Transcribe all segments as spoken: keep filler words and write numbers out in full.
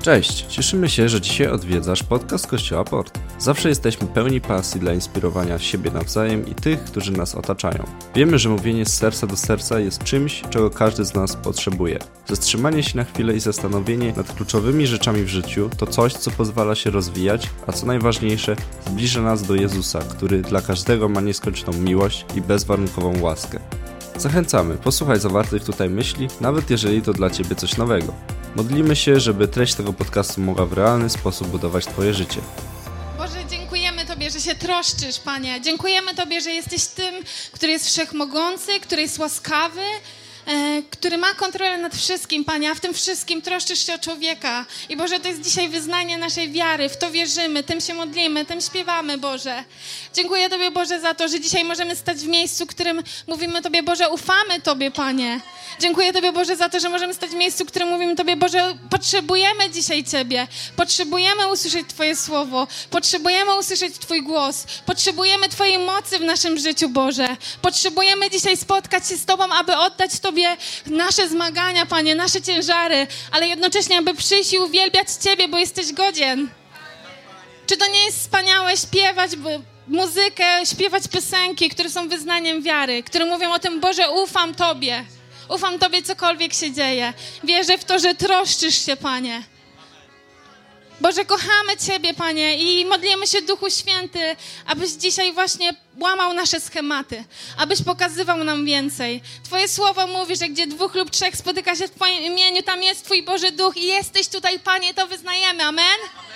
Cześć, cieszymy się, że dzisiaj odwiedzasz podcast Kościoła Port. Zawsze jesteśmy pełni pasji dla inspirowania siebie nawzajem i tych, którzy nas otaczają. Wiemy, że mówienie z serca do serca jest czymś, czego każdy z nas potrzebuje. Zatrzymanie się na chwilę i zastanowienie nad kluczowymi rzeczami w życiu to coś, co pozwala się rozwijać, a co najważniejsze, zbliża nas do Jezusa, który dla każdego ma nieskończoną miłość i bezwarunkową łaskę. Zachęcamy, posłuchaj zawartych tutaj myśli, nawet jeżeli to dla Ciebie coś nowego. Modlimy się, żeby treść tego podcastu mogła w realny sposób budować Twoje życie. Boże, dziękujemy Tobie, że się troszczysz, Panie. Dziękujemy Tobie, że jesteś tym, który jest wszechmogący, który jest łaskawy, e, który ma kontrolę nad wszystkim, Panie, a w tym wszystkim troszczysz się o człowieka. I Boże, to jest dzisiaj wyznanie naszej wiary, w to wierzymy, tym się modlimy, tym śpiewamy, Boże. Dziękuję Tobie, Boże, za to, że dzisiaj możemy stać w miejscu, w którym mówimy Tobie, Boże, ufamy Tobie, Panie. Dziękuję Tobie, Boże, za to, że możemy stać w miejscu, w którym mówimy Tobie, Boże, potrzebujemy dzisiaj Ciebie. Potrzebujemy usłyszeć Twoje słowo. Potrzebujemy usłyszeć Twój głos. Potrzebujemy Twojej mocy w naszym życiu, Boże. Potrzebujemy dzisiaj spotkać się z Tobą, aby oddać Tobie nasze zmagania, Panie, nasze ciężary, ale jednocześnie, aby przyjść i uwielbiać Ciebie, bo jesteś godzien. Czy to nie jest wspaniałe śpiewać muzykę, śpiewać piosenki, które są wyznaniem wiary, które mówią o tym, Boże, ufam Tobie. Ufam Tobie, cokolwiek się dzieje. Wierzę w to, że troszczysz się, Panie. Boże, kochamy Ciebie, Panie, i modlimy się, Duchu Święty, abyś dzisiaj właśnie łamał nasze schematy, abyś pokazywał nam więcej. Twoje słowo mówi, że gdzie dwóch lub trzech spotyka się w Twoim imieniu, tam jest Twój Boży Duch i jesteś tutaj, Panie, to wyznajemy. Amen?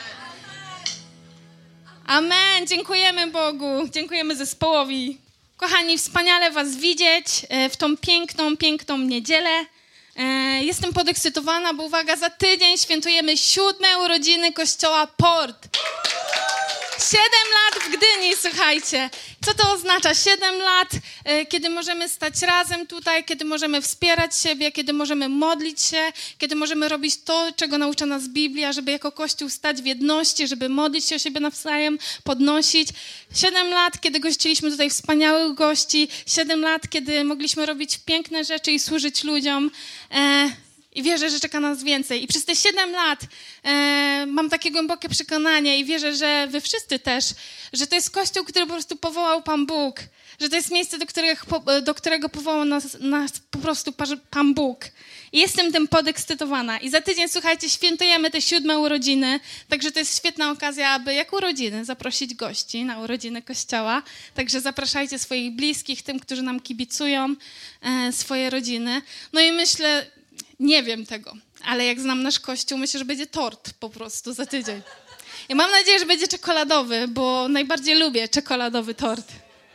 Amen. Dziękujemy Bogu. Dziękujemy zespołowi. Kochani, wspaniale Was widzieć w tą piękną, piękną niedzielę. Jestem podekscytowana, bo uwaga, za tydzień świętujemy siódme urodziny Kościoła Port. Siedem lat w Gdyni, słuchajcie. Co to oznacza? Siedem lat, kiedy możemy stać razem tutaj, kiedy możemy wspierać siebie, kiedy możemy modlić się, kiedy możemy robić to, czego naucza nas Biblia, żeby jako Kościół stać w jedności, żeby modlić się o siebie nawzajem, podnosić. Siedem lat, kiedy gościliśmy tutaj wspaniałych gości. Siedem lat, kiedy mogliśmy robić piękne rzeczy i służyć ludziom. E, I wierzę, że czeka nas więcej. I przez te siedem lat e, mam takie głębokie przekonanie i wierzę, że wy wszyscy też, że to jest Kościół, który po prostu powołał Pan Bóg. Że to jest miejsce, do którego, do którego powołał nas, nas po prostu Pan Bóg. I jestem tym podekscytowana. I za tydzień, słuchajcie, świętujemy te siódme urodziny. Także to jest świetna okazja, aby jak urodziny zaprosić gości na urodziny Kościoła. Także zapraszajcie swoich bliskich, tym, którzy nam kibicują, e, swoje rodziny. No i myślę... Nie wiem tego, ale jak znam nasz Kościół, myślę, że będzie tort po prostu za tydzień. I mam nadzieję, że będzie czekoladowy, bo najbardziej lubię czekoladowy tort.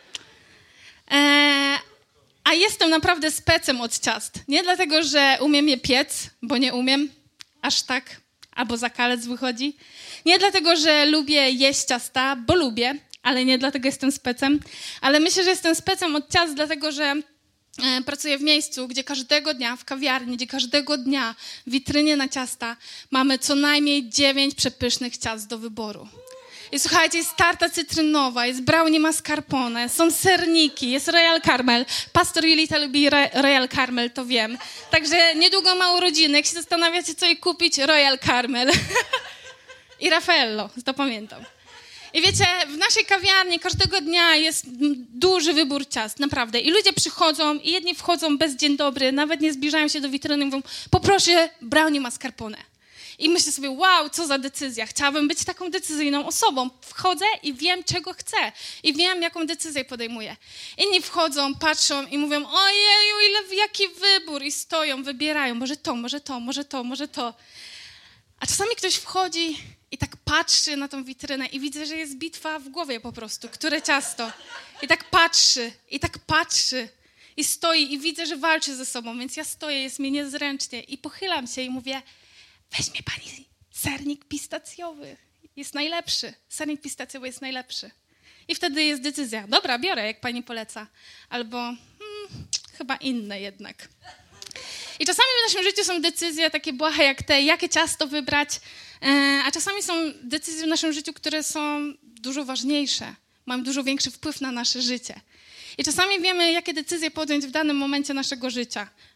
Eee, a jestem naprawdę specem od ciast. Nie dlatego, że umiem je piec, bo nie umiem aż tak, albo za kalec wychodzi. Nie dlatego, że lubię jeść ciasta, bo lubię, ale nie dlatego jestem specem. Ale myślę, że jestem specem od ciast, dlatego, że pracuję w miejscu, gdzie każdego dnia, w kawiarni, gdzie każdego dnia w witrynie na ciasta mamy co najmniej dziewięć przepysznych ciast do wyboru. I słuchajcie, jest tarta cytrynowa, jest brownie mascarpone, są serniki, jest Royal Caramel. Pastor Julita lubi Royal Caramel, to wiem. Także niedługo ma urodziny. Jak się zastanawiacie, co jej kupić, Royal Caramel. I Raffaello, to pamiętam. I wiecie, w naszej kawiarni każdego dnia jest duży wybór ciast, naprawdę. I ludzie przychodzą i jedni wchodzą bez dzień dobry, nawet nie zbliżają się do witryny i mówią, poproszę brownie mascarpone. I myślę sobie, wow, co za decyzja. Chciałabym być taką decyzyjną osobą. Wchodzę i wiem, czego chcę. I wiem, jaką decyzję podejmuję. Inni wchodzą, patrzą i mówią, ojeju, ile, jaki wybór. I stoją, wybierają, może to, może to, może to, może to. A czasami ktoś wchodzi i tak patrzy na tą witrynę i widzę, że jest bitwa w głowie po prostu. Które ciasto? I tak patrzy, i tak patrzy. I stoi i widzę, że walczy ze sobą, więc ja stoję, jest mi niezręcznie i pochylam się i mówię, weźmie pani sernik pistacjowy. Jest najlepszy. Sernik pistacjowy jest najlepszy. I wtedy jest decyzja. Dobra, biorę, jak pani poleca. Albo hmm, chyba inne jednak. I czasami w naszym życiu są decyzje takie błahe jak te, jakie ciasto wybrać, a czasami są decyzje w naszym życiu, które są dużo ważniejsze, mają dużo większy wpływ na nasze życie. I czasami wiemy, jakie decyzje podjąć w danym momencie naszego życia.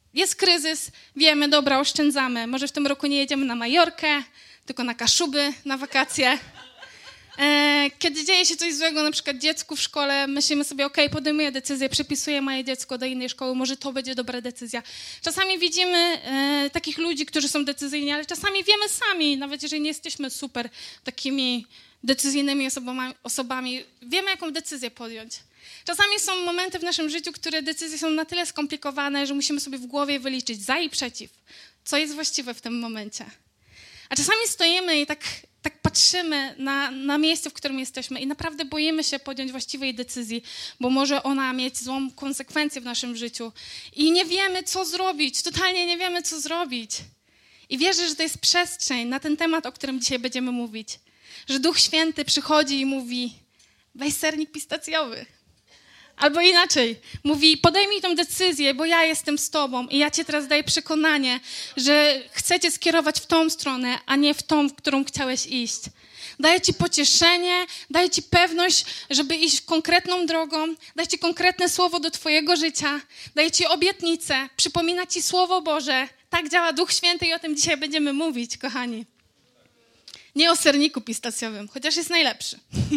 jest kryzys, wiemy, dobra, oszczędzamy. Może w tym roku nie jedziemy na Majorkę, tylko na Kaszuby, na wakacje. Kiedy dzieje się coś złego, na przykład dziecku w szkole, myślimy sobie, okej, okay, podejmuję decyzję, przepisuję moje dziecko do innej szkoły, może to będzie dobra decyzja. Czasami widzimy e, takich ludzi, którzy są decyzyjni, ale czasami wiemy sami, nawet jeżeli nie jesteśmy super takimi decyzyjnymi osobami, osobami wiemy, jaką decyzję podjąć. Czasami są momenty w naszym życiu, które decyzje są na tyle skomplikowane, że musimy sobie w głowie wyliczyć za i przeciw, co jest właściwe w tym momencie. A czasami stoimy i tak, tak patrzymy na, na miejsce, w którym jesteśmy i naprawdę boimy się podjąć właściwej decyzji, bo może ona mieć złą konsekwencję w naszym życiu. I nie wiemy, co zrobić, totalnie nie wiemy, co zrobić. I wierzę, że to jest przestrzeń na ten temat, o którym dzisiaj będziemy mówić. Że Duch Święty przychodzi i mówi, weź sernik pistacjowy. Albo inaczej, mówi, podejmij tę decyzję, bo ja jestem z tobą i ja ci teraz daję przekonanie, że chcę cię skierować w tą stronę, a nie w tą, w którą chciałeś iść. Daję ci pocieszenie, daję ci pewność, żeby iść konkretną drogą, daję ci konkretne słowo do twojego życia, daję ci obietnicę, przypomina ci Słowo Boże. Tak działa Duch Święty i o tym dzisiaj będziemy mówić, kochani. Nie o serniku pistacjowym, chociaż jest najlepszy.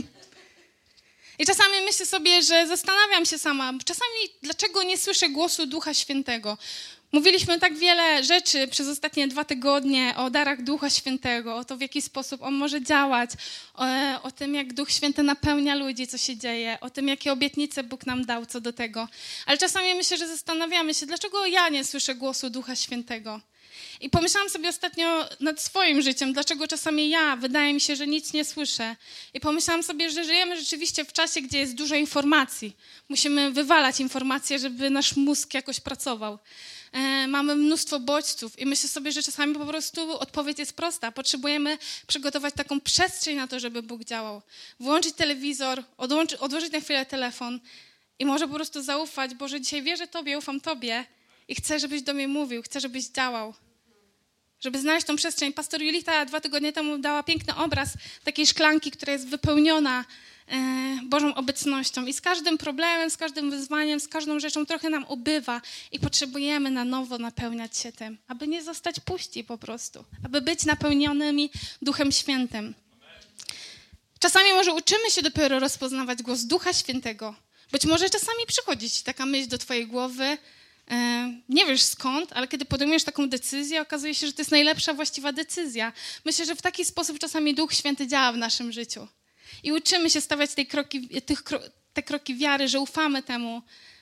I czasami myślę sobie, że zastanawiam się sama, czasami dlaczego nie słyszę głosu Ducha Świętego. Mówiliśmy tak wiele rzeczy przez ostatnie dwa tygodnie o darach Ducha Świętego, o to, w jaki sposób On może działać, o, o tym, jak Duch Święty napełnia ludzi, co się dzieje, o tym, jakie obietnice Bóg nam dał co do tego. Ale czasami myślę, że zastanawiamy się, dlaczego ja nie słyszę głosu Ducha Świętego. I pomyślałam sobie ostatnio nad swoim życiem, dlaczego czasami ja, wydaje mi się, że nic nie słyszę. I pomyślałam sobie, że żyjemy rzeczywiście w czasie, gdzie jest dużo informacji. Musimy wywalać informacje, żeby nasz mózg jakoś pracował. E, mamy mnóstwo bodźców i myślę sobie, że czasami po prostu odpowiedź jest prosta. Potrzebujemy przygotować taką przestrzeń na to, żeby Bóg działał. Włączyć telewizor, odłączyć, odłożyć na chwilę telefon i może po prostu zaufać. Boże, dzisiaj wierzę Tobie, ufam Tobie i chcę, żebyś do mnie mówił, chcę, żebyś działał. Żeby znaleźć tą przestrzeń. Pastor Julita dwa tygodnie temu dała piękny obraz takiej szklanki, która jest wypełniona e, Bożą obecnością. I z każdym problemem, z każdym wyzwaniem, z każdą rzeczą trochę nam ubywa i potrzebujemy na nowo napełniać się tym, aby nie zostać puści po prostu, aby być napełnionymi Duchem Świętym. Czasami może uczymy się dopiero rozpoznawać głos Ducha Świętego. Być może czasami przychodzi ci taka myśl do twojej głowy, nie wiesz skąd, ale kiedy podejmujesz taką decyzję, okazuje się, że to jest najlepsza, właściwa decyzja. Myślę, że w taki sposób czasami Duch Święty działa w naszym życiu. I uczymy się stawiać tej kroki, tych, te kroki wiary, że ufamy temu,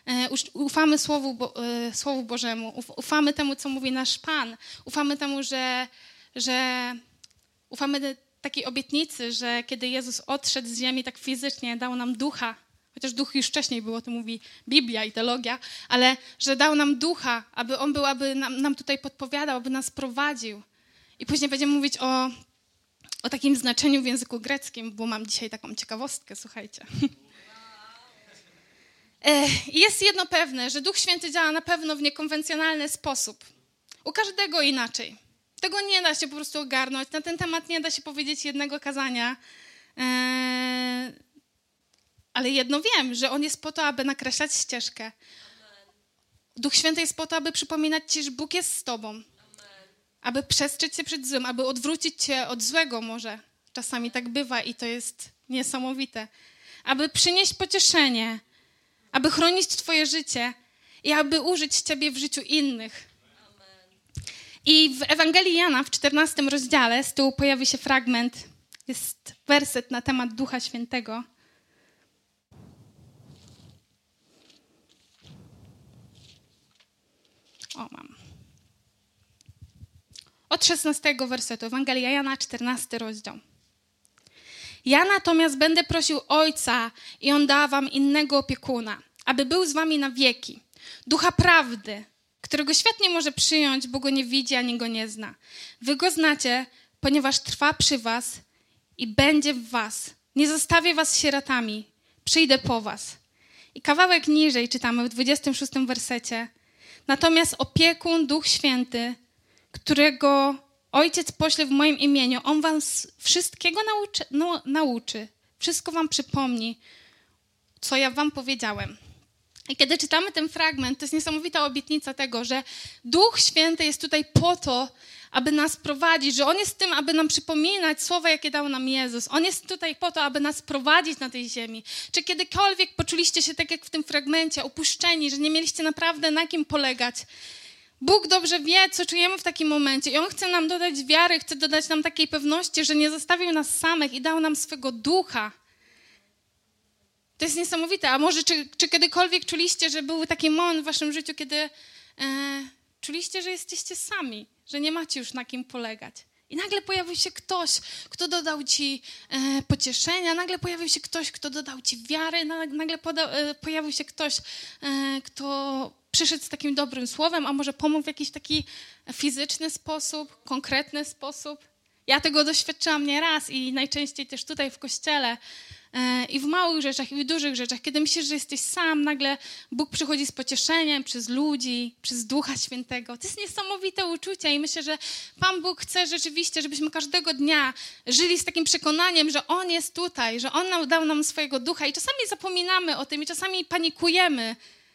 ufamy Słowu, Bo, Słowu Bożemu, ufamy temu, co mówi nasz Pan, ufamy temu, że, że ufamy takiej obietnicy, że kiedy Jezus odszedł z ziemi tak fizycznie, dał nam Ducha, chociaż Duch już wcześniej było, to mówi Biblia i teologia, ale że dał nam Ducha, aby On był, aby nam, nam tutaj podpowiadał, aby nas prowadził. I później będziemy mówić o, o takim znaczeniu w języku greckim, bo mam dzisiaj taką ciekawostkę, słuchajcie. Jest jedno pewne, że Duch Święty działa na pewno w niekonwencjonalny sposób. U każdego inaczej. Tego nie da się po prostu ogarnąć. Na ten temat nie da się powiedzieć jednego kazania. Eee, Ale jedno wiem, że On jest po to, aby nakreślać ścieżkę. Amen. Duch Święty jest po to, aby przypominać ci, że Bóg jest z tobą. Amen. Aby przestrzec się przed złym, aby odwrócić cię od złego może. Czasami tak bywa i to jest niesamowite. Aby przynieść pocieszenie, aby chronić twoje życie i aby użyć ciebie w życiu innych. Amen. I w Ewangelii Jana w czternastym rozdziale z tyłu pojawi się fragment, jest werset na temat Ducha Świętego. O, mam. Od szesnastego wersetu, Ewangelia Jana, czternasty rozdział. Ja natomiast będę prosił Ojca i On da wam innego opiekuna, aby był z wami na wieki. Ducha prawdy, którego świat nie może przyjąć, bo go nie widzi ani go nie zna. Wy go znacie, ponieważ trwa przy was i będzie w was. Nie zostawię was sierotami, przyjdę po was. I kawałek niżej czytamy w dwudziestym szóstym wersecie. Natomiast opiekun, Duch Święty, którego Ojciec pośle w moim imieniu, On wam wszystkiego nauczy, no, nauczy, wszystko wam przypomni, co ja wam powiedziałem. I kiedy czytamy ten fragment, to jest niesamowita obietnica tego, że Duch Święty jest tutaj po to, aby nas prowadzić, że On jest tym, aby nam przypominać słowa, jakie dał nam Jezus. On jest tutaj po to, aby nas prowadzić na tej ziemi. Czy kiedykolwiek poczuliście się tak jak w tym fragmencie, opuszczeni, że nie mieliście naprawdę na kim polegać? Bóg dobrze wie, co czujemy w takim momencie i On chce nam dodać wiary, chce dodać nam takiej pewności, że nie zostawił nas samych i dał nam swego Ducha. To jest niesamowite. A może czy, czy kiedykolwiek czuliście, że był taki moment w waszym życiu, kiedy e, czuliście, że jesteście sami, że nie macie już na kim polegać? I nagle pojawił się ktoś, kto dodał ci e, pocieszenia, nagle pojawił się ktoś, kto dodał ci wiary, nagle poda, e, pojawił się ktoś, e, kto przyszedł z takim dobrym słowem, a może pomógł w jakiś taki fizyczny sposób, konkretny sposób. Ja tego doświadczyłam nieraz i najczęściej też tutaj w kościele. I w małych rzeczach, i w dużych rzeczach. Kiedy myślisz, że jesteś sam, nagle Bóg przychodzi z pocieszeniem przez ludzi, przez Ducha Świętego. To jest niesamowite uczucie i myślę, że Pan Bóg chce rzeczywiście, żebyśmy każdego dnia żyli z takim przekonaniem, że On jest tutaj, że On nam dał nam swojego Ducha i czasami zapominamy o tym i czasami panikujemy.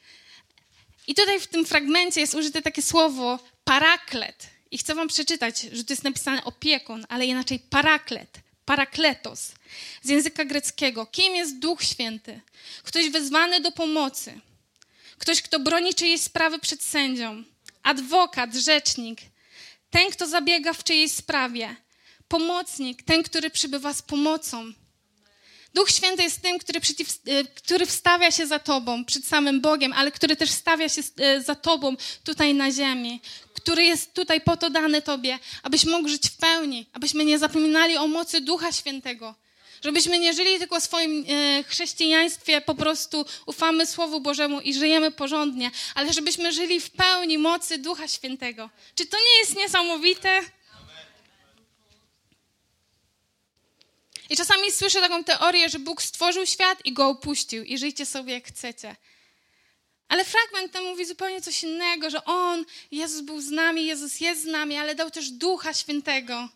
I tutaj w tym fragmencie jest użyte takie słowo paraklet. I chcę wam przeczytać, że to jest napisane opiekun, ale inaczej paraklet. Parakletos, z języka greckiego. Kim jest Duch Święty? Ktoś wezwany do pomocy. Ktoś, kto broni czyjejś sprawy przed sędzią. Adwokat, rzecznik. Ten, kto zabiega w czyjejś sprawie. Pomocnik, ten, który przybywa z pomocą. Duch Święty jest tym, który, przeciw, który wstawia się za tobą, przed samym Bogiem, ale który też stawia się za tobą tutaj na ziemi. Który jest tutaj po to dany tobie, abyś mógł żyć w pełni, abyśmy nie zapominali o mocy Ducha Świętego. Żebyśmy nie żyli tylko w swoim e, chrześcijaństwie, po prostu ufamy Słowu Bożemu i żyjemy porządnie, ale żebyśmy żyli w pełni mocy Ducha Świętego. Czy to nie jest niesamowite? I czasami słyszę taką teorię, że Bóg stworzył świat i go opuścił i żyjcie sobie jak chcecie. Ale fragment ten mówi zupełnie coś innego, że On, Jezus był z nami, Jezus jest z nami, ale dał też Ducha Świętego.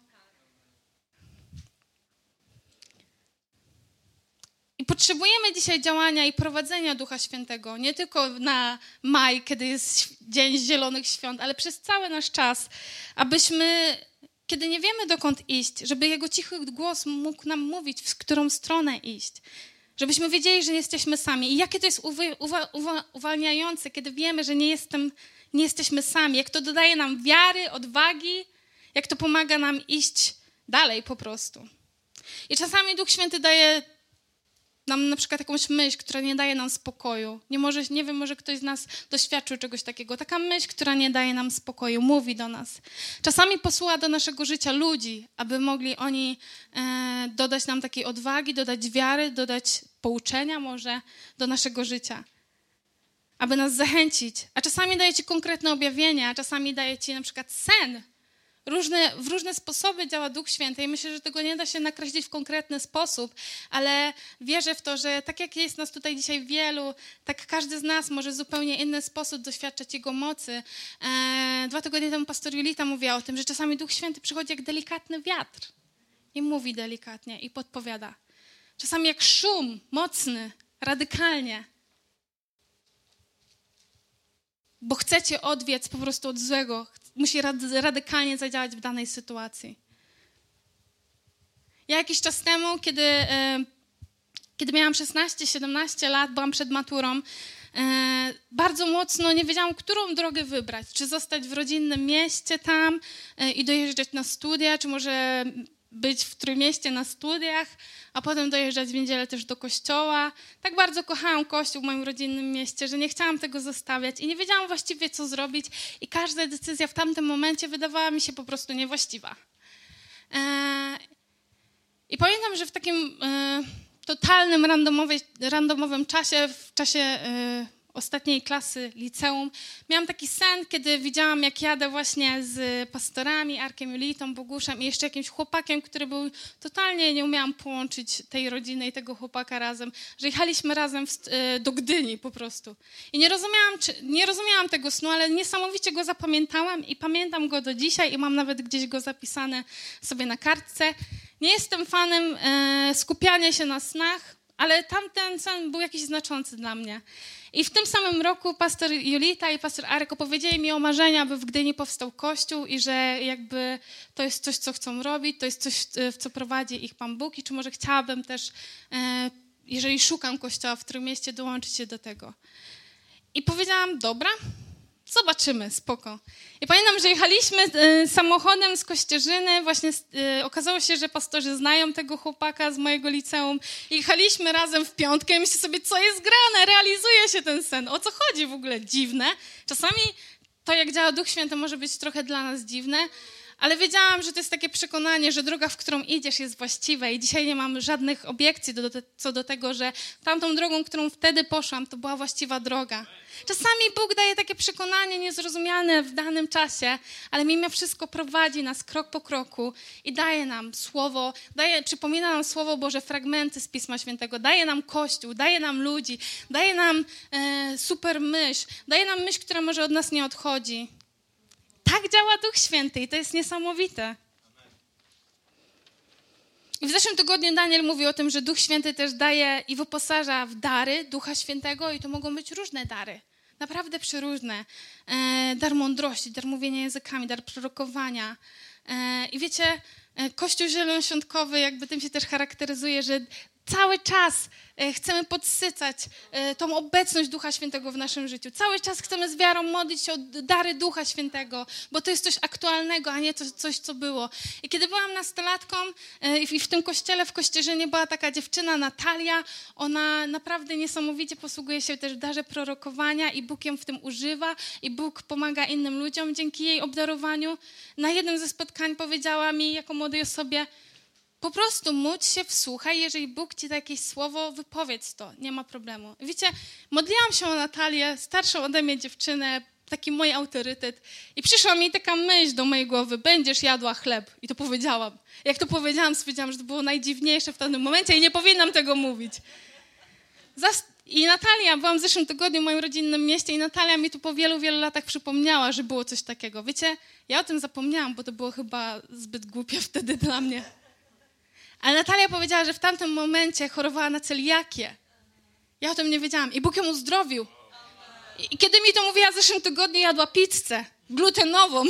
I potrzebujemy dzisiaj działania i prowadzenia Ducha Świętego, nie tylko na maj, kiedy jest Dzień Zielonych Świąt, ale przez cały nasz czas, abyśmy, kiedy nie wiemy dokąd iść, żeby Jego cichy głos mógł nam mówić, w którą stronę iść. Żebyśmy wiedzieli, że nie jesteśmy sami. I jakie to jest uwa- uwa- uwa- uwalniające, kiedy wiemy, że nie, jestem, nie jesteśmy sami. Jak to dodaje nam wiary, odwagi, jak to pomaga nam iść dalej po prostu. I czasami Duch Święty daje nam na przykład jakąś myśl, która nie daje nam spokoju. Nie, może, nie wiem, może ktoś z nas doświadczył czegoś takiego. Taka myśl, która nie daje nam spokoju, mówi do nas. Czasami posyła do naszego życia ludzi, aby mogli oni e, dodać nam takiej odwagi, dodać wiary, dodać pouczenia może do naszego życia. Aby nas zachęcić. A czasami daje ci konkretne objawienia, a czasami daje ci na przykład sen. Różne, w różne sposoby działa Duch Święty i myślę, że tego nie da się nakreślić w konkretny sposób, ale wierzę w to, że tak jak jest nas tutaj dzisiaj wielu, tak każdy z nas może w zupełnie inny sposób doświadczać Jego mocy. E, dwa tygodnie temu pastor Julita mówiła o tym, że czasami Duch Święty przychodzi jak delikatny wiatr i mówi delikatnie i podpowiada. Czasami jak szum, mocny, radykalnie. Bo chcecie odwiec po prostu od złego. Musi radykalnie zadziałać w danej sytuacji. Ja jakiś czas temu, kiedy, kiedy miałam szesnaście siedemnaście lat, byłam przed maturą, bardzo mocno nie wiedziałam, którą drogę wybrać. Czy zostać w rodzinnym mieście tam i dojeżdżać na studia, czy może być w Trójmieście na studiach, a potem dojeżdżać w niedzielę też do kościoła. Tak bardzo kochałam kościół w moim rodzinnym mieście, że nie chciałam tego zostawiać i nie wiedziałam właściwie, co zrobić i każda decyzja w tamtym momencie wydawała mi się po prostu niewłaściwa. Eee, I pamiętam, że w takim e, totalnym, randomowym czasie, w czasie e, ostatniej klasy liceum, miałam taki sen, kiedy widziałam, jak jadę właśnie z pastorami, Arkiem Julitą, Boguszem i jeszcze jakimś chłopakiem, który był, totalnie nie umiałam połączyć tej rodziny i tego chłopaka razem, że jechaliśmy razem w, do Gdyni po prostu. I nie rozumiałam, czy, nie rozumiałam tego snu, ale niesamowicie go zapamiętałam i pamiętam go do dzisiaj i mam nawet gdzieś go zapisane sobie na kartce. Nie jestem fanem e, skupiania się na snach, ale tamten sen był jakiś znaczący dla mnie. I w tym samym roku pastor Julita i pastor Arek opowiedzieli mi o marzeniu, aby w Gdyni powstał kościół i że jakby to jest coś, co chcą robić, to jest coś, w co prowadzi ich Pan Bóg i czy może chciałabym też, jeżeli szukam kościoła w którym mieście, dołączyć się do tego. I powiedziałam, dobra, zobaczymy, spoko. I pamiętam, że jechaliśmy y, samochodem z Kościerzyny, właśnie y, okazało się, że pastorzy znają tego chłopaka z mojego liceum. I jechaliśmy razem w piątkę i myślę sobie, co jest grane, realizuje się ten sen. O co chodzi w ogóle? Dziwne. Czasami to, jak działa Duch Święty, może być trochę dla nas dziwne, ale wiedziałam, że to jest takie przekonanie, że droga, w którą idziesz, jest właściwa i dzisiaj nie mam żadnych obiekcji do, do, co do tego, że tamtą drogą, którą wtedy poszłam, to była właściwa droga. Czasami Bóg daje takie przekonanie niezrozumiane w danym czasie, ale mimo wszystko prowadzi nas krok po kroku i daje nam słowo, daje, przypomina nam Słowo Boże, fragmenty z Pisma Świętego, daje nam Kościół, daje nam ludzi, daje nam e, super myśl, daje nam myśl, która może od nas nie odchodzi. Tak działa Duch Święty i to jest niesamowite. I w zeszłym tygodniu Daniel mówił o tym, że Duch Święty też daje i wyposaża w dary Ducha Świętego i to mogą być różne dary. Naprawdę przeróżne. E, dar mądrości, dar mówienia językami, dar prorokowania. E, I wiecie, Kościół Zielonoświątkowy jakby tym się też charakteryzuje, że cały czas chcemy podsycać tą obecność Ducha Świętego w naszym życiu. Cały czas chcemy z wiarą modlić się o dary Ducha Świętego, bo to jest coś aktualnego, a nie coś, coś co było. I kiedy byłam nastolatką i w tym kościele w Kościerzynie była taka dziewczyna Natalia, ona naprawdę niesamowicie posługuje się też w darze prorokowania i Bóg ją w tym używa i Bóg pomaga innym ludziom dzięki jej obdarowaniu. Na jednym ze spotkań powiedziała mi jako młodej osobie, po prostu módl się, wsłuchaj, jeżeli Bóg ci da jakieś słowo, wypowiedz to, nie ma problemu. Wiecie, modliłam się o Natalię, starszą ode mnie dziewczynę, taki mój autorytet i przyszła mi taka myśl do mojej głowy, będziesz jadła chleb. I to powiedziałam. Jak to powiedziałam, stwierdziłam, że to było najdziwniejsze w pewnym momencie i nie powinnam tego mówić. Zas- I Natalia, byłam w zeszłym tygodniu w moim rodzinnym mieście i Natalia mi tu po wielu, wielu latach przypomniała, że było coś takiego. Wiecie, ja o tym zapomniałam, bo to było chyba zbyt głupie wtedy dla mnie. Ale Natalia powiedziała, że w tamtym momencie chorowała na celiakię. Ja o tym nie wiedziałam. I Bóg ją uzdrowił. I kiedy mi to mówiła w zeszłym tygodniu, jadła pizzę glutenową.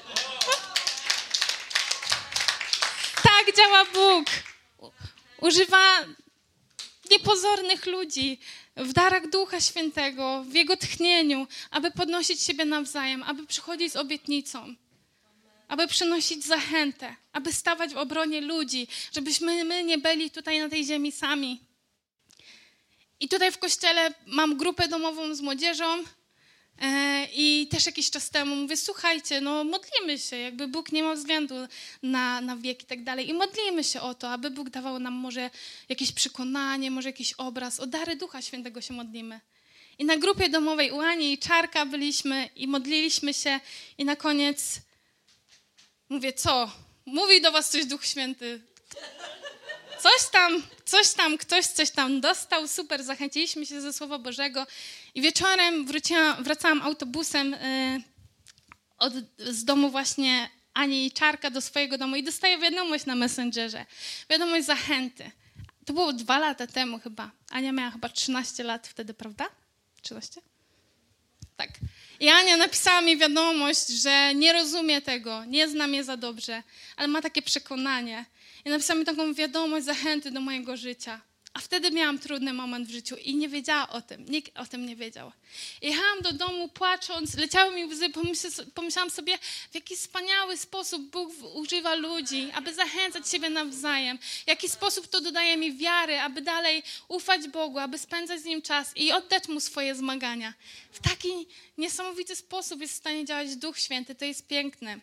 Tak działa Bóg. Używa niepozornych ludzi w darach Ducha Świętego, w Jego tchnieniu, aby podnosić siebie nawzajem, aby przychodzić z obietnicą. Aby przynosić zachętę, aby stawać w obronie ludzi, żebyśmy my nie byli tutaj na tej ziemi sami. I tutaj w kościele mam grupę domową z młodzieżą e, i też jakiś czas temu mówię, słuchajcie, no modlimy się, jakby Bóg nie ma względu na, na wiek i tak dalej. I modlimy się o to, aby Bóg dawał nam może jakieś przekonanie, może jakiś obraz, o dary Ducha Świętego się modlimy. I na grupie domowej u Ani i Czarka byliśmy i modliliśmy się i na koniec mówię, co? Mówi do was coś Duch Święty. Coś tam, coś tam, ktoś coś tam dostał, super, zachęciliśmy się ze Słowa Bożego i wieczorem wróciłam, wracałam autobusem y, od, z domu właśnie Ani i Czarka do swojego domu i dostaję wiadomość na Messengerze, wiadomość zachęty. To było dwa lata temu chyba. Ania miała chyba trzynaście lat wtedy, prawda? trzynaście? Tak. I Ania napisała mi wiadomość, że nie rozumie tego, nie zna mnie za dobrze, ale ma takie przekonanie. I napisała mi taką wiadomość zachęty do mojego życia. A wtedy miałam trudny moment w życiu i nie wiedziała o tym. Nikt o tym nie wiedział. Jechałam do domu płacząc, leciały mi łzy, pomyślałam sobie, w jaki wspaniały sposób Bóg używa ludzi, aby zachęcać siebie nawzajem. W jaki sposób to dodaje mi wiary, aby dalej ufać Bogu, aby spędzać z Nim czas i oddać Mu swoje zmagania. W taki niesamowity sposób jest w stanie działać Duch Święty. To jest piękne.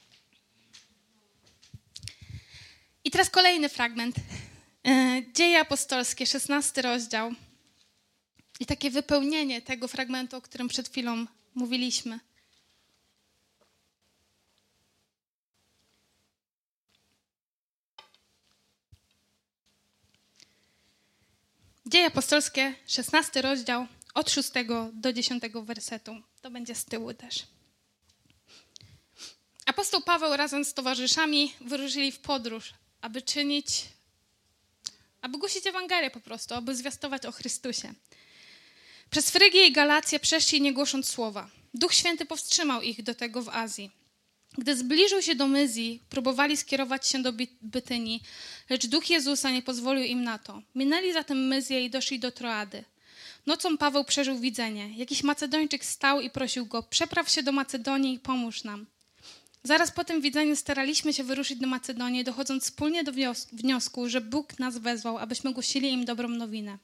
I teraz kolejny fragment. Dzieje apostolskie, szesnasty rozdział i takie wypełnienie tego fragmentu, o którym przed chwilą mówiliśmy. Dzieje apostolskie, szesnasty rozdział, od szóstego do dziesiątego wersetu. To będzie z tyłu też. Apostoł Paweł razem z towarzyszami wyruszyli w podróż, aby czynić aby głosić Ewangelię po prostu, aby zwiastować o Chrystusie. Przez Frygię i Galację przeszli nie głosząc słowa. Duch Święty powstrzymał ich do tego w Azji. Gdy zbliżył się do Myzji, próbowali skierować się do Bytynii, lecz Duch Jezusa nie pozwolił im na to. Minęli zatem Myzję i doszli do Troady. Nocą Paweł przeżył widzenie. Jakiś Macedończyk stał i prosił go: przepraw się do Macedonii i pomóż nam. Zaraz po tym widzeniu staraliśmy się wyruszyć do Macedonii, dochodząc wspólnie do wniosku, że Bóg nas wezwał, abyśmy głosili im dobrą nowinę.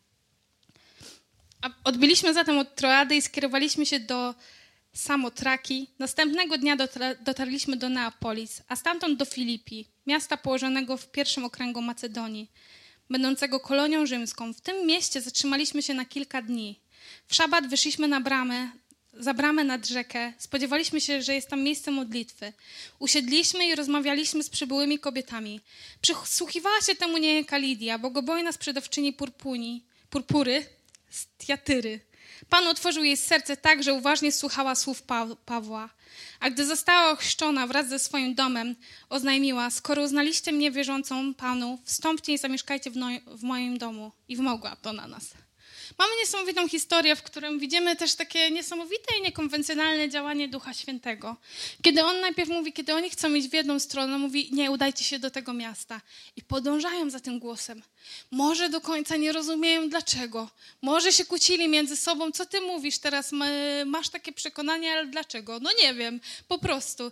Odbyliśmy zatem od Troady i skierowaliśmy się do Samotraki. Następnego dnia dotarliśmy do Neapolis, a stamtąd do Filipii, miasta położonego w pierwszym okręgu Macedonii, będącego kolonią rzymską. W tym mieście zatrzymaliśmy się na kilka dni. W szabat wyszliśmy na bramę, za bramę nad rzekę. Spodziewaliśmy się, że jest tam miejsce modlitwy. Usiedliśmy i rozmawialiśmy z przybyłymi kobietami. Przysłuchiwała się temu niejaka Lidia, bogobojna sprzedawczyni purpuni, purpury z Tiatyry. Pan otworzył jej serce tak, że uważnie słuchała słów pa- Pawła. A gdy została ochrzczona wraz ze swoim domem, oznajmiła: skoro uznaliście mnie wierzącą Panu, wstąpcie i zamieszkajcie w, no- w moim domu. I wmogła to na nas. Mamy niesamowitą historię, w którym widzimy też takie niesamowite i niekonwencjonalne działanie Ducha Świętego. Kiedy on najpierw mówi, kiedy oni chcą iść w jedną stronę, mówi: nie, udajcie się do tego miasta. I podążają za tym głosem. Może do końca nie rozumieją dlaczego. Może się kłócili między sobą. Co ty mówisz teraz? Masz takie przekonanie, ale dlaczego? No nie wiem, po prostu.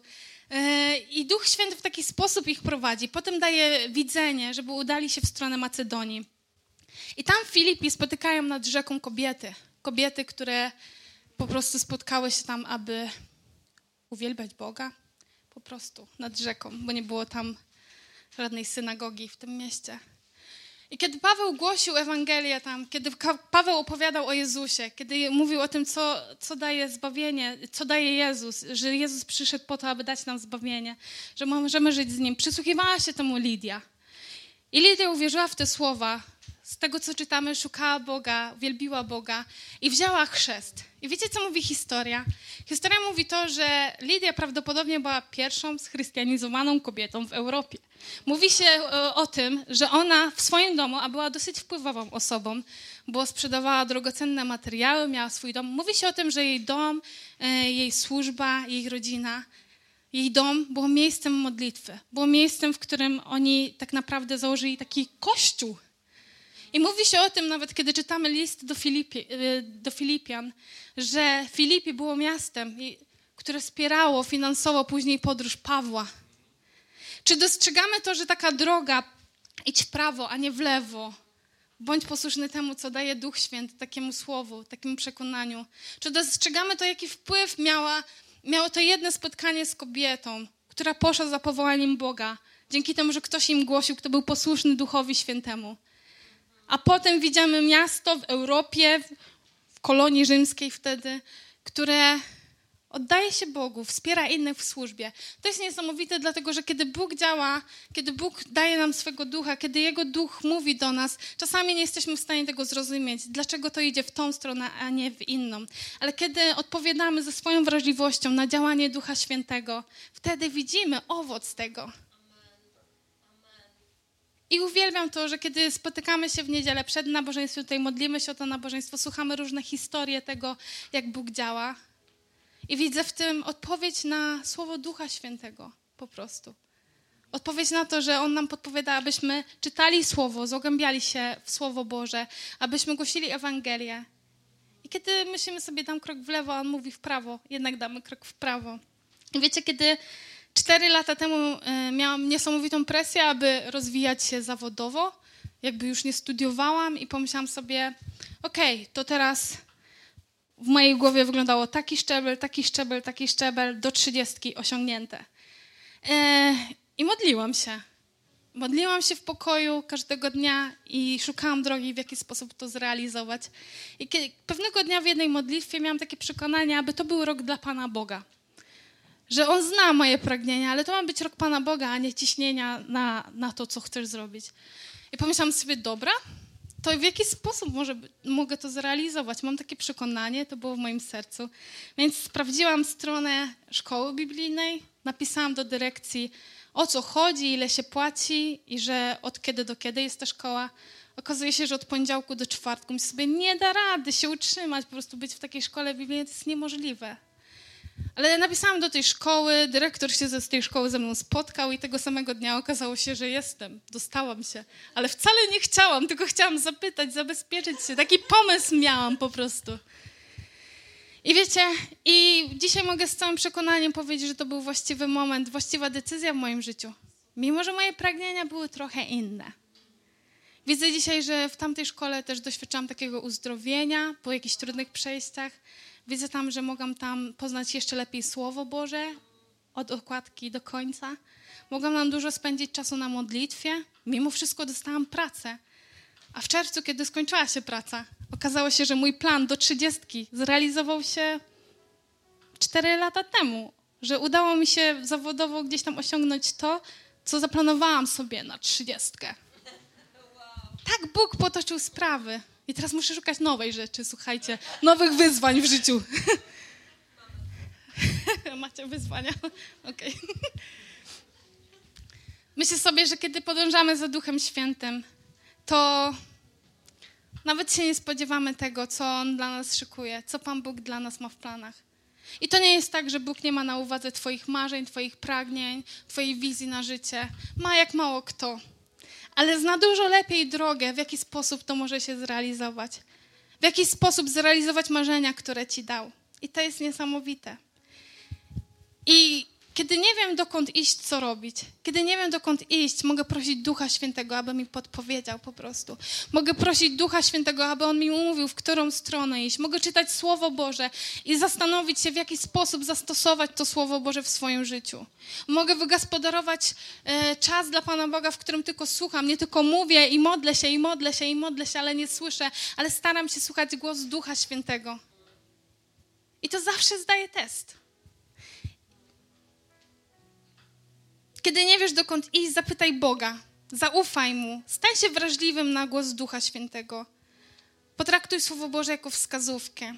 I Duch Święty w taki sposób ich prowadzi. Potem daje widzenie, żeby udali się w stronę Macedonii. I tam w Filipii spotykają nad rzeką kobiety. Kobiety, które po prostu spotkały się tam, aby uwielbiać Boga. Po prostu nad rzeką, bo nie było tam żadnej synagogi w tym mieście. I kiedy Paweł głosił Ewangelię tam, kiedy Paweł opowiadał o Jezusie, kiedy mówił o tym, co, co daje zbawienie, co daje Jezus, że Jezus przyszedł po to, aby dać nam zbawienie, że możemy żyć z Nim, przysłuchiwała się temu Lidia. I Lidia uwierzyła w te słowa. Z tego, co czytamy, szukała Boga, wielbiła Boga i wzięła chrzest. I wiecie, co mówi historia? Historia mówi to, że Lidia prawdopodobnie była pierwszą schrystianizowaną kobietą w Europie. Mówi się o, o tym, że ona w swoim domu, a była dosyć wpływową osobą, bo sprzedawała drogocenne materiały, miała swój dom. Mówi się o tym, że jej dom, jej służba, jej rodzina, jej dom było miejscem modlitwy. Było miejscem, w którym oni tak naprawdę założyli taki kościół. I mówi się o tym nawet, kiedy czytamy list do, Filipi, do Filipian, że Filipi było miastem, które wspierało finansowo później podróż Pawła. Czy dostrzegamy to, że taka droga, idź w prawo, a nie w lewo, bądź posłuszny temu, co daje Duch Święty, takiemu słowu, takiemu przekonaniu? Czy dostrzegamy to, jaki wpływ miała, miało to jedno spotkanie z kobietą, która poszła za powołaniem Boga, dzięki temu, że ktoś im głosił, kto był posłuszny Duchowi Świętemu? A potem widzimy miasto w Europie, w kolonii rzymskiej wtedy, które oddaje się Bogu, wspiera innych w służbie. To jest niesamowite, dlatego że kiedy Bóg działa, kiedy Bóg daje nam swego ducha, kiedy Jego duch mówi do nas, czasami nie jesteśmy w stanie tego zrozumieć, dlaczego to idzie w tą stronę, a nie w inną. Ale kiedy odpowiadamy ze swoją wrażliwością na działanie Ducha Świętego, wtedy widzimy owoc tego. I uwielbiam to, że kiedy spotykamy się w niedzielę przed nabożeństwem, tutaj modlimy się o to nabożeństwo, słuchamy różne historie tego, jak Bóg działa. I widzę w tym odpowiedź na słowo Ducha Świętego po prostu. Odpowiedź na to, że On nam podpowiada, abyśmy czytali Słowo, zagłębiali się w Słowo Boże, abyśmy głosili Ewangelię. I kiedy myślimy sobie, dam krok w lewo, a On mówi w prawo, jednak damy krok w prawo. I wiecie, kiedy cztery lata temu y, miałam niesamowitą presję, aby rozwijać się zawodowo, jakby już nie studiowałam i pomyślałam sobie, okej, okay, to teraz w mojej głowie wyglądało taki szczebel, taki szczebel, taki szczebel, do trzydziestki osiągnięte. Y, I modliłam się. Modliłam się w pokoju każdego dnia i szukałam drogi, w jaki sposób to zrealizować. I kiedy, pewnego dnia w jednej modlitwie miałam takie przekonanie, aby to był rok dla Pana Boga. Że On zna moje pragnienia, ale to ma być rok Pana Boga, a nie ciśnienia na, na to, co chcesz zrobić. I pomyślałam sobie, dobra, to w jaki sposób może, mogę to zrealizować? Mam takie przekonanie, to było w moim sercu. Więc sprawdziłam stronę szkoły biblijnej, napisałam do dyrekcji, o co chodzi, ile się płaci i że od kiedy do kiedy jest ta szkoła. Okazuje się, że od poniedziałku do czwartku mi sobie nie da rady się utrzymać, po prostu być w takiej szkole biblijnej to jest niemożliwe. Ale napisałam do tej szkoły, dyrektor się z tej szkoły ze mną spotkał i tego samego dnia okazało się, że jestem, dostałam się. Ale wcale nie chciałam, tylko chciałam zapytać, zabezpieczyć się. Taki pomysł miałam po prostu. I wiecie, i dzisiaj mogę z całym przekonaniem powiedzieć, że to był właściwy moment, właściwa decyzja w moim życiu. Mimo że moje pragnienia były trochę inne. Widzę dzisiaj, że w tamtej szkole też doświadczałam takiego uzdrowienia po jakichś trudnych przejściach. Widzę tam, że mogłam tam poznać jeszcze lepiej Słowo Boże od okładki do końca. Mogłam tam dużo spędzić czasu na modlitwie. Mimo wszystko dostałam pracę. A w czerwcu, kiedy skończyła się praca, okazało się, że mój plan do trzydziestki zrealizował się cztery lata temu. Że udało mi się zawodowo gdzieś tam osiągnąć to, co zaplanowałam sobie na trzydziestkę. Tak Bóg potoczył sprawy. I teraz muszę szukać nowej rzeczy, słuchajcie, nowych wyzwań w życiu. Macie wyzwania? Okej. Okay. Myślę sobie, że kiedy podążamy za Duchem Świętym, to nawet się nie spodziewamy tego, co On dla nas szykuje, co Pan Bóg dla nas ma w planach. I to nie jest tak, że Bóg nie ma na uwadze twoich marzeń, twoich pragnień, twojej wizji na życie. Ma jak mało kto. Ale zna dużo lepiej drogę, w jaki sposób to może się zrealizować. W jaki sposób zrealizować marzenia, które ci dał. I to jest niesamowite. I kiedy nie wiem, dokąd iść, co robić, kiedy nie wiem, dokąd iść, mogę prosić Ducha Świętego, aby mi podpowiedział po prostu. Mogę prosić Ducha Świętego, aby On mi mówił, w którą stronę iść. Mogę czytać Słowo Boże i zastanowić się, w jaki sposób zastosować to Słowo Boże w swoim życiu. Mogę wygospodarować e, czas dla Pana Boga, w którym tylko słucham, nie tylko mówię i modlę się, i modlę się, i modlę się, ale nie słyszę, ale staram się słuchać głosu Ducha Świętego. I to zawsze zdaje test. Kiedy nie wiesz, dokąd iść, zapytaj Boga. Zaufaj Mu. Stań się wrażliwym na głos Ducha Świętego. Potraktuj Słowo Boże jako wskazówkę.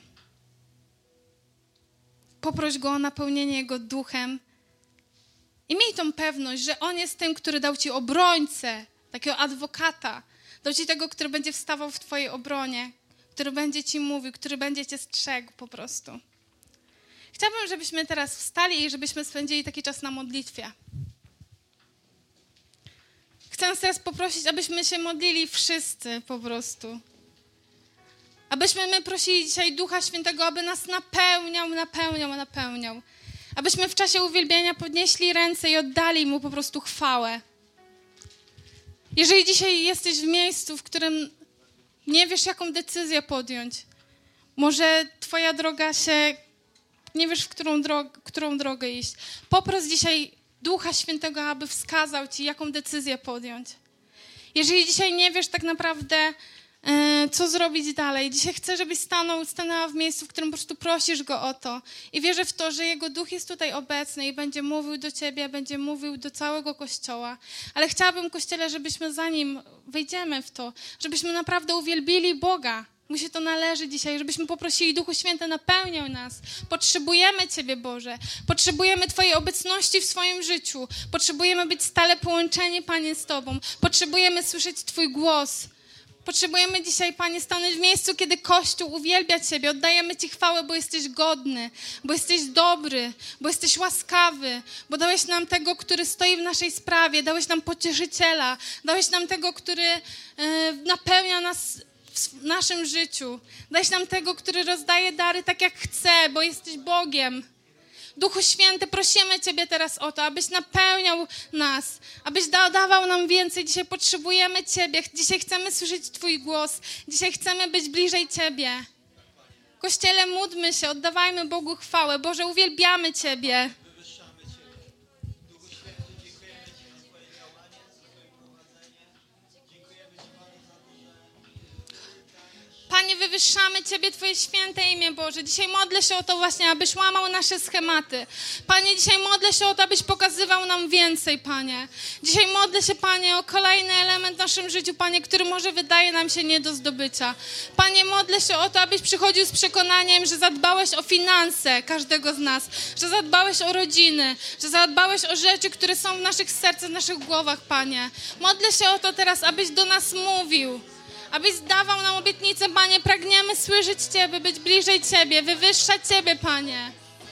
Poproś Go o napełnienie Jego Duchem. I miej tą pewność, że On jest tym, który dał ci obrońcę, takiego adwokata. Dał ci tego, który będzie wstawał w twojej obronie, który będzie ci mówił, który będzie cię strzegł po prostu. Chciałabym, żebyśmy teraz wstali i żebyśmy spędzili taki czas na modlitwie. Chcę nas teraz poprosić, abyśmy się modlili wszyscy po prostu. Abyśmy my prosili dzisiaj Ducha Świętego, aby nas napełniał, napełniał, napełniał. Abyśmy w czasie uwielbienia podnieśli ręce i oddali Mu po prostu chwałę. Jeżeli dzisiaj jesteś w miejscu, w którym nie wiesz, jaką decyzję podjąć, może twoja droga się, nie wiesz, w którą, drog- którą drogę iść, popros dzisiaj Ducha Świętego, aby wskazał ci, jaką decyzję podjąć. Jeżeli dzisiaj nie wiesz tak naprawdę, e, co zrobić dalej, dzisiaj chcę, żebyś stanął, stanęła w miejscu, w którym po prostu prosisz Go o to i wierzę w to, że Jego Duch jest tutaj obecny i będzie mówił do ciebie, będzie mówił do całego Kościoła. Ale chciałabym, Kościele, żebyśmy zanim wejdziemy w to, żebyśmy naprawdę uwielbili Boga. Mu się to należy dzisiaj, żebyśmy poprosili Duchu Święty, napełniał nas. Potrzebujemy Ciebie, Boże. Potrzebujemy Twojej obecności w swoim życiu. Potrzebujemy być stale połączeni, Panie, z Tobą. Potrzebujemy słyszeć Twój głos. Potrzebujemy dzisiaj, Panie, stanąć w miejscu, kiedy Kościół uwielbia Ciebie. Oddajemy Ci chwałę, bo jesteś godny, bo jesteś dobry, bo jesteś łaskawy, bo dałeś nam tego, który stoi w naszej sprawie. Dałeś nam pocieszyciela. Dałeś nam tego, który e, napełnia nas w naszym życiu. Dałeś nam tego, który rozdaje dary tak, jak chce, bo jesteś Bogiem. Duchu Święty, prosimy Ciebie teraz o to, abyś napełniał nas, abyś dawał nam więcej. Dzisiaj potrzebujemy Ciebie, dzisiaj chcemy słyszeć Twój głos, dzisiaj chcemy być bliżej Ciebie. Kościele, módlmy się, oddawajmy Bogu chwałę. Boże, uwielbiamy Ciebie. Panie, wywyższamy Ciebie, Twoje święte imię, Boże. Dzisiaj modlę się o to właśnie, abyś łamał nasze schematy. Panie, dzisiaj modlę się o to, abyś pokazywał nam więcej, Panie. Dzisiaj modlę się, Panie, o kolejny element w naszym życiu, Panie, który może wydaje nam się nie do zdobycia. Panie, modlę się o to, abyś przychodził z przekonaniem, że zadbałeś o finanse każdego z nas, że zadbałeś o rodziny, że zadbałeś o rzeczy, które są w naszych sercach, w naszych głowach, Panie. Modlę się o to teraz, abyś do nas mówił. abyś dawał nam obietnicę, Panie. Pragniemy słyszeć Ciebie, być bliżej Ciebie, wywyższać Ciebie, Panie.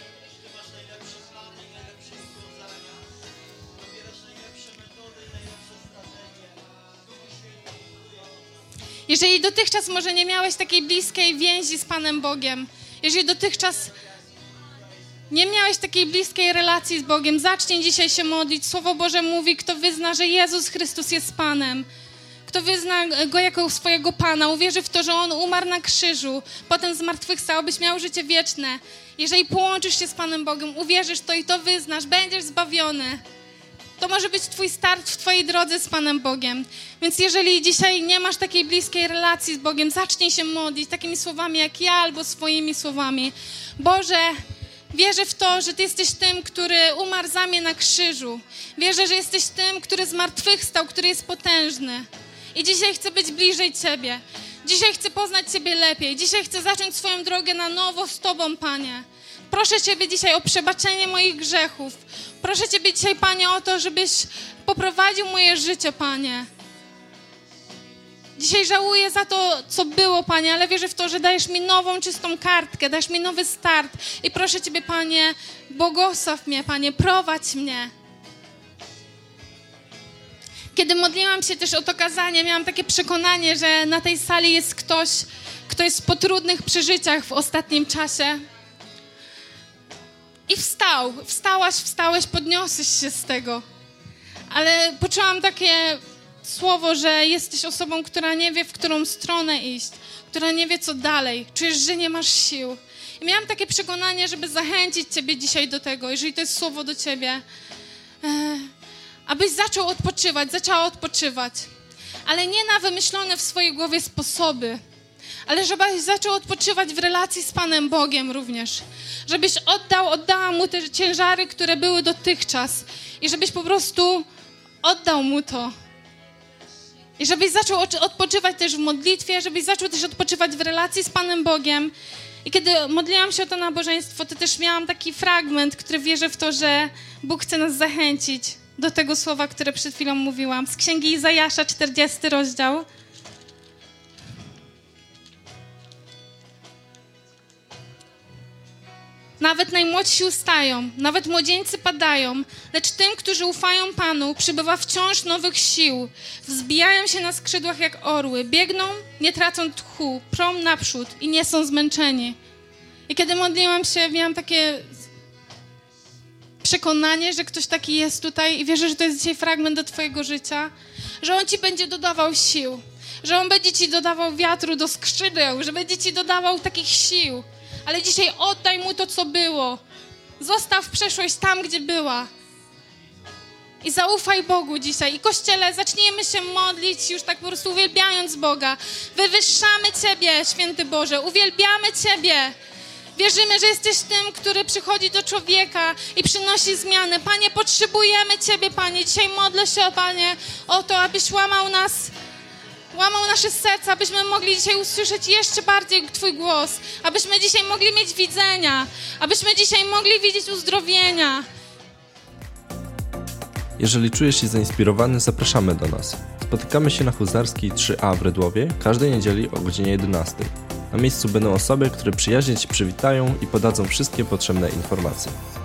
Jeżeli dotychczas może nie miałeś takiej bliskiej więzi z Panem Bogiem, jeżeli dotychczas nie miałeś takiej bliskiej relacji z Bogiem, zacznij dzisiaj się modlić. Słowo Boże mówi, kto wyzna, że Jezus Chrystus jest Panem, kto wyzna Go jako swojego Pana, uwierzy w to, że On umarł na krzyżu, potem zmartwychwstał, abyś miał życie wieczne. Jeżeli połączysz się z Panem Bogiem, uwierzysz to i to wyznasz, będziesz zbawiony. To może być twój start w twojej drodze z Panem Bogiem. Więc jeżeli dzisiaj nie masz takiej bliskiej relacji z Bogiem, zacznij się modlić takimi słowami jak ja albo swoimi słowami. Boże, wierzę w to, że Ty jesteś tym, który umarł za mnie na krzyżu. Wierzę, że jesteś tym, który zmartwychwstał, który jest potężny. I dzisiaj chcę być bliżej Ciebie. Dzisiaj chcę poznać Ciebie lepiej. Dzisiaj chcę zacząć swoją drogę na nowo z Tobą, Panie. Proszę Ciebie dzisiaj o przebaczenie moich grzechów. Proszę Ciebie dzisiaj, Panie, o to, żebyś poprowadził moje życie, Panie. Dzisiaj żałuję za to, co było, Panie, ale wierzę w to, że dajesz mi nową, czystą kartkę, dajesz mi nowy start. I proszę Ciebie, Panie, błogosław mnie, Panie, prowadź mnie. Kiedy modliłam się też o to kazanie, miałam takie przekonanie, że na tej sali jest ktoś, kto jest po trudnych przeżyciach w ostatnim czasie. I wstał, wstałaś, wstałeś, podniosłeś się z tego. Ale poczułam takie słowo, że jesteś osobą, która nie wie, w którą stronę iść, która nie wie, co dalej. Czujesz, że nie masz sił. I miałam takie przekonanie, żeby zachęcić Ciebie dzisiaj do tego, jeżeli to jest słowo do Ciebie, e, abyś zaczął odpoczywać, zaczęła odpoczywać. Ale nie na wymyślone w swojej głowie sposoby, ale żebyś zaczął odpoczywać w relacji z Panem Bogiem również. Żebyś oddał, oddała Mu te ciężary, które były dotychczas. I żebyś po prostu oddał Mu to. I żebyś zaczął odpoczywać też w modlitwie, żebyś zaczął też odpoczywać w relacji z Panem Bogiem. I kiedy modliłam się o to nabożeństwo, to też miałam taki fragment, który wierzę w to, że Bóg chce nas zachęcić do tego słowa, które przed chwilą mówiłam. Z Księgi Izajasza, czterdziesty rozdział. Nawet najmłodsi ustają, nawet młodzieńcy padają, lecz tym, którzy ufają Panu, przybywa wciąż nowych sił. Wzbijają się na skrzydłach jak orły, biegną, nie tracą tchu, prą naprzód i nie są zmęczeni. I kiedy modliłam się, miałam takie przekonanie, że ktoś taki jest tutaj i wierzę, że to jest dzisiaj fragment do twojego życia, że On ci będzie dodawał sił, że On będzie ci dodawał wiatru do skrzydeł, że będzie ci dodawał takich sił. Ale dzisiaj oddaj Mu to, co było. Zostaw przeszłość tam, gdzie była. I zaufaj Bogu dzisiaj. I Kościele, zacznijmy się modlić, już tak po prostu uwielbiając Boga. Wywyższamy Ciebie, Święty Boże. Uwielbiamy Ciebie. Wierzymy, że jesteś tym, który przychodzi do człowieka i przynosi zmianę. Panie, potrzebujemy Ciebie, Panie. Dzisiaj modlę się, Panie, o to, abyś łamał nas, łamał nasze serca, abyśmy mogli dzisiaj usłyszeć jeszcze bardziej Twój głos, abyśmy dzisiaj mogli mieć widzenia, abyśmy dzisiaj mogli widzieć uzdrowienia. Jeżeli czujesz się zainspirowany, zapraszamy do nas. Spotykamy się na Huzarskiej trzy A w Rydłowie każdej niedzieli o godzinie jedenastej. Na miejscu będą osoby, które przyjaźnie Ci przywitają i podadzą wszystkie potrzebne informacje.